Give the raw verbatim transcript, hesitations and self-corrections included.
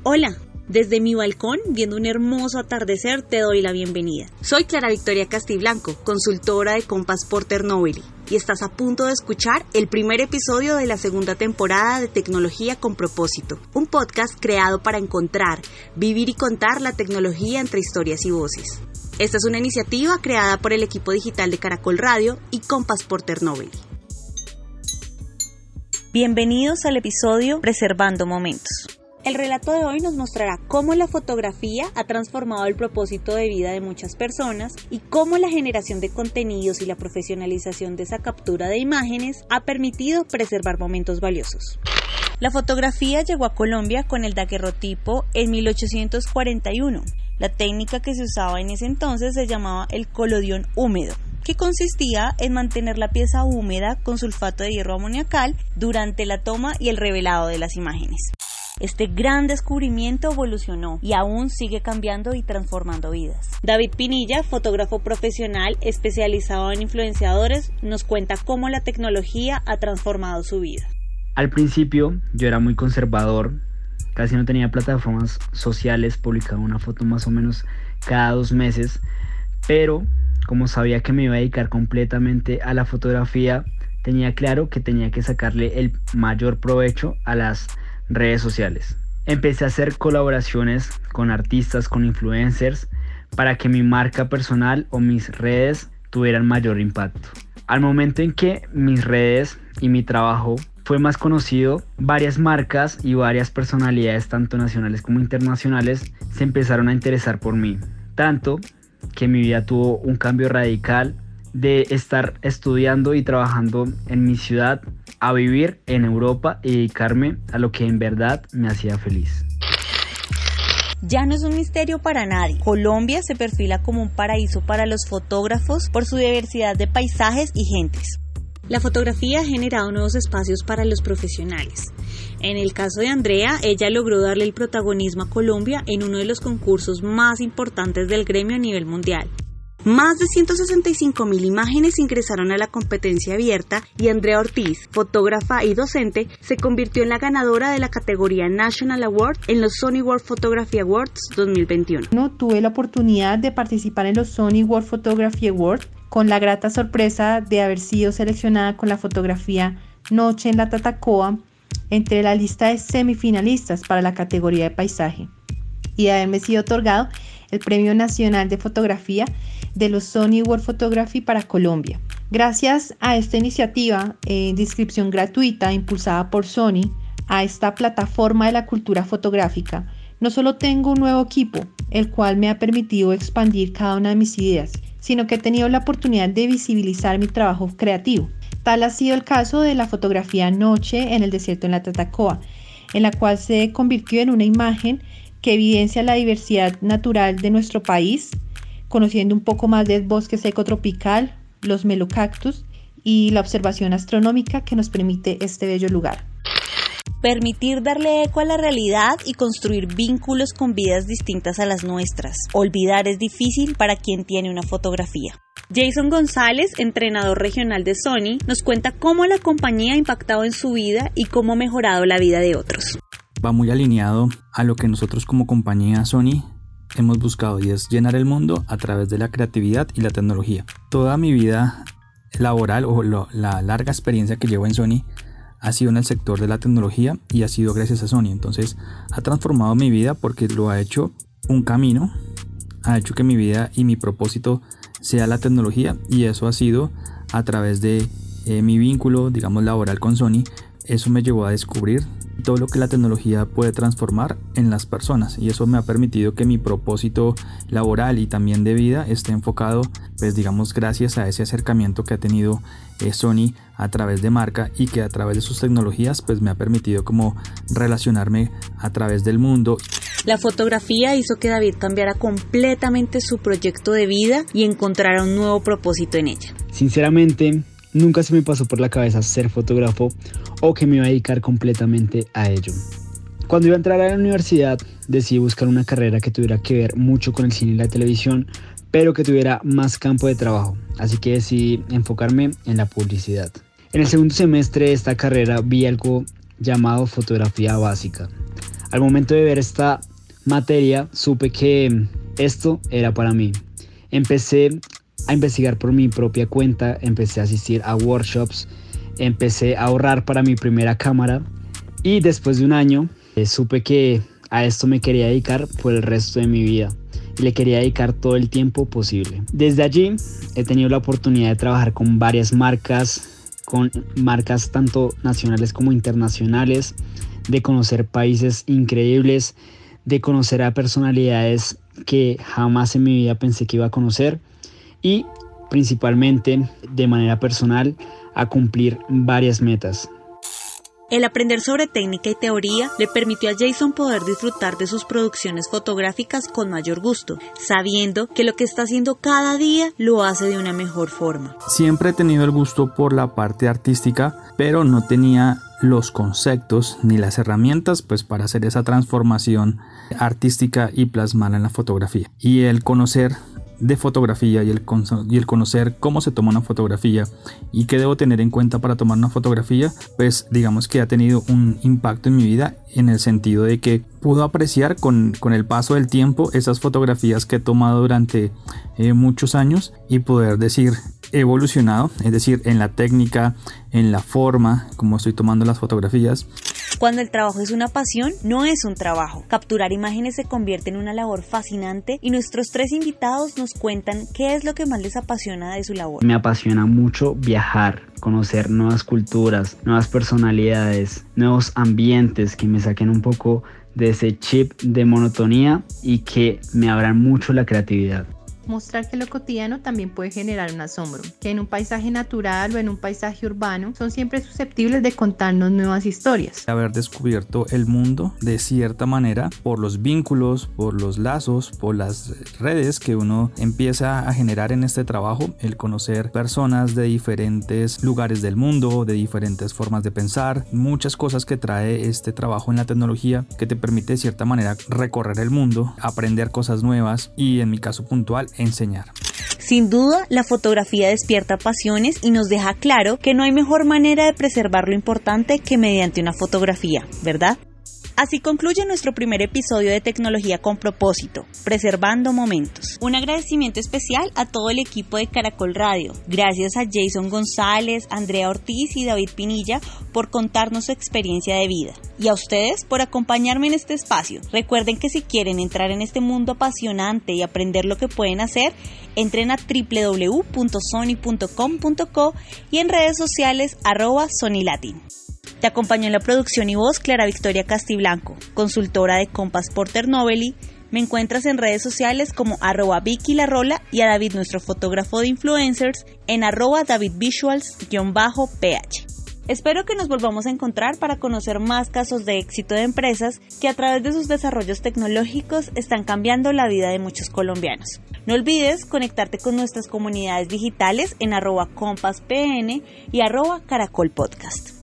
Hola, desde mi balcón, viendo un hermoso atardecer, te doy la bienvenida. Soy Clara Victoria Castiblanco, consultora de Compass Porter Novelty, y estás a punto de escuchar el primer episodio de la segunda temporada de Tecnología con Propósito, un podcast creado para encontrar, vivir y contar la tecnología entre historias y voces. Esta es una iniciativa creada por el equipo digital de Caracol Radio y Compass Porter Novelty. Bienvenidos al episodio Preservando Momentos. El relato de hoy nos mostrará cómo la fotografía ha transformado el propósito de vida de muchas personas y cómo la generación de contenidos y la profesionalización de esa captura de imágenes ha permitido preservar momentos valiosos. La fotografía llegó a Colombia con el daguerrotipo en mil ochocientos cuarenta y uno. La técnica que se usaba en ese entonces se llamaba el colodión húmedo, que consistía en mantener la pieza húmeda con sulfato de hierro amoniacal durante la toma y el revelado de las imágenes. Este gran descubrimiento evolucionó y aún sigue cambiando y transformando vidas. David Pinilla, fotógrafo profesional especializado en influenciadores, nos cuenta cómo la tecnología ha transformado su vida. Al principio yo era muy conservador, casi no tenía plataformas sociales, publicaba una foto más o menos cada dos meses, pero como sabía que me iba a dedicar completamente a la fotografía, tenía claro que tenía que sacarle el mayor provecho a las redes sociales. Empecé a hacer colaboraciones con artistas, con influencers, para que mi marca personal o mis redes tuvieran mayor impacto. Al momento en que mis redes y mi trabajo fue más conocido, varias marcas y varias personalidades, tanto nacionales como internacionales, se empezaron a interesar por mí. Tanto que mi vida tuvo un cambio radical de estar estudiando y trabajando en mi ciudad a vivir en Europa y dedicarme a lo que en verdad me hacía feliz. Ya no es un misterio para nadie. Colombia se perfila como un paraíso para los fotógrafos por su diversidad de paisajes y gentes. La fotografía ha generado nuevos espacios para los profesionales. En el caso de Andrea, ella logró darle el protagonismo a Colombia en uno de los concursos más importantes del gremio a nivel mundial. Más de ciento sesenta y cinco mil imágenes ingresaron a la competencia abierta y Andrea Ortiz, fotógrafa y docente, se convirtió en la ganadora de la categoría National Award en los Sony World Photography Awards dos mil veintiuno. No tuve la oportunidad de participar en los Sony World Photography Awards con la grata sorpresa de haber sido seleccionada con la fotografía Noche en la Tatacoa entre la lista de semifinalistas para la categoría de paisaje y de haberme sido otorgado el Premio Nacional de Fotografía de los Sony World Photography para Colombia. Gracias a esta iniciativa eh, de inscripción gratuita impulsada por Sony a esta plataforma de la cultura fotográfica, no solo tengo un nuevo equipo, el cual me ha permitido expandir cada una de mis ideas, sino que he tenido la oportunidad de visibilizar mi trabajo creativo. Tal ha sido el caso de la fotografía Noche en el desierto en la Tatacoa, en la cual se convirtió en una imagen que evidencia la diversidad natural de nuestro país, conociendo un poco más del bosque seco tropical, los melocactus y la observación astronómica que nos permite este bello lugar. Permitir darle eco a la realidad y construir vínculos con vidas distintas a las nuestras. Olvidar es difícil para quien tiene una fotografía. Jason González, entrenador regional de Sony, nos cuenta cómo la compañía ha impactado en su vida y cómo ha mejorado la vida de otros. Va muy alineado a lo que nosotros como compañía Sony hemos buscado, y es llenar el mundo a través de la creatividad y la tecnología. Toda mi vida laboral o lo, la larga experiencia que llevo en Sony ha sido en el sector de la tecnología y ha sido gracias a Sony. Entonces ha transformado mi vida porque lo ha hecho un camino, ha hecho que mi vida y mi propósito sea la tecnología, y eso ha sido a través de eh, mi vínculo, digamos, laboral con Sony. Eso me llevó a descubrir todo lo que la tecnología puede transformar en las personas, y eso me ha permitido que mi propósito laboral y también de vida esté enfocado, pues digamos, gracias a ese acercamiento que ha tenido eh, Sony a través de marca, y que a través de sus tecnologías pues me ha permitido como relacionarme a través del mundo. La fotografía hizo que David cambiara completamente su proyecto de vida y encontrara un nuevo propósito en ella. Sinceramente, nunca se me pasó por la cabeza ser fotógrafo o que me iba a dedicar completamente a ello. Cuando iba a entrar a la universidad, decidí buscar una carrera que tuviera que ver mucho con el cine y la televisión, pero que tuviera más campo de trabajo, así que decidí enfocarme en la publicidad. En el segundo semestre de esta carrera vi algo llamado fotografía básica. Al momento de ver esta materia supe que esto era para mí. Empecé a investigar por mi propia cuenta, empecé a asistir a workshops, empecé a ahorrar para mi primera cámara y después de un año eh, supe que a esto me quería dedicar por el resto de mi vida y le quería dedicar todo el tiempo posible. Desde allí he tenido la oportunidad de trabajar con varias marcas, con marcas tanto nacionales como internacionales, de conocer países increíbles, de conocer a personalidades que jamás en mi vida pensé que iba a conocer y principalmente de manera personal a cumplir varias metas. El aprender sobre técnica y teoría le permitió a Jason poder disfrutar de sus producciones fotográficas con mayor gusto, sabiendo que lo que está haciendo cada día lo hace de una mejor forma. Siempre he tenido el gusto por la parte artística, pero no tenía los conceptos ni las herramientas pues para hacer esa transformación artística y plasmarla en la fotografía. Y el conocer de fotografía y el, y el conocer cómo se toma una fotografía y qué debo tener en cuenta para tomar una fotografía, pues digamos que ha tenido un impacto en mi vida en el sentido de que puedo apreciar con, con el paso del tiempo esas fotografías que he tomado durante eh, muchos años y poder decir he evolucionado, es decir, en la técnica, en la forma como estoy tomando las fotografías. Cuando el trabajo es una pasión, no es un trabajo. Capturar imágenes se convierte en una labor fascinante y nuestros tres invitados nos cuentan qué es lo que más les apasiona de su labor. Me apasiona mucho viajar, conocer nuevas culturas, nuevas personalidades, nuevos ambientes que me saquen un poco de ese chip de monotonía y que me abran mucho la creatividad. Mostrar que lo cotidiano también puede generar un asombro, que en un paisaje natural o en un paisaje urbano son siempre susceptibles de contarnos nuevas historias. Haber descubierto el mundo de cierta manera por los vínculos, por los lazos, por las redes que uno empieza a generar en este trabajo, el conocer personas de diferentes lugares del mundo, de diferentes formas de pensar, muchas cosas que trae este trabajo en la tecnología que te permite de cierta manera recorrer el mundo, aprender cosas nuevas y en mi caso puntual enseñar. Sin duda, la fotografía despierta pasiones y nos deja claro que no hay mejor manera de preservar lo importante que mediante una fotografía, ¿verdad? Así concluye nuestro primer episodio de Tecnología con Propósito, Preservando Momentos. Un agradecimiento especial a todo el equipo de Caracol Radio. Gracias a Jason González, Andrea Ortiz y David Pinilla por contarnos su experiencia de vida. Y a ustedes por acompañarme en este espacio. Recuerden que si quieren entrar en este mundo apasionante y aprender lo que pueden hacer, entren a doble u doble u doble u punto sony punto com punto co y en redes sociales arroba Sony Latin. Te acompañó en la producción y voz Clara Victoria Castiblanco, consultora de Compass Porter Novelty. Me encuentras en redes sociales como arroba Vicky La Rola y a David, nuestro fotógrafo de influencers, en arroba davidvisuals-ph. Espero que nos volvamos a encontrar para conocer más casos de éxito de empresas que a través de sus desarrollos tecnológicos están cambiando la vida de muchos colombianos. No olvides conectarte con nuestras comunidades digitales en arroba CompassPN y arroba Caracol Podcast.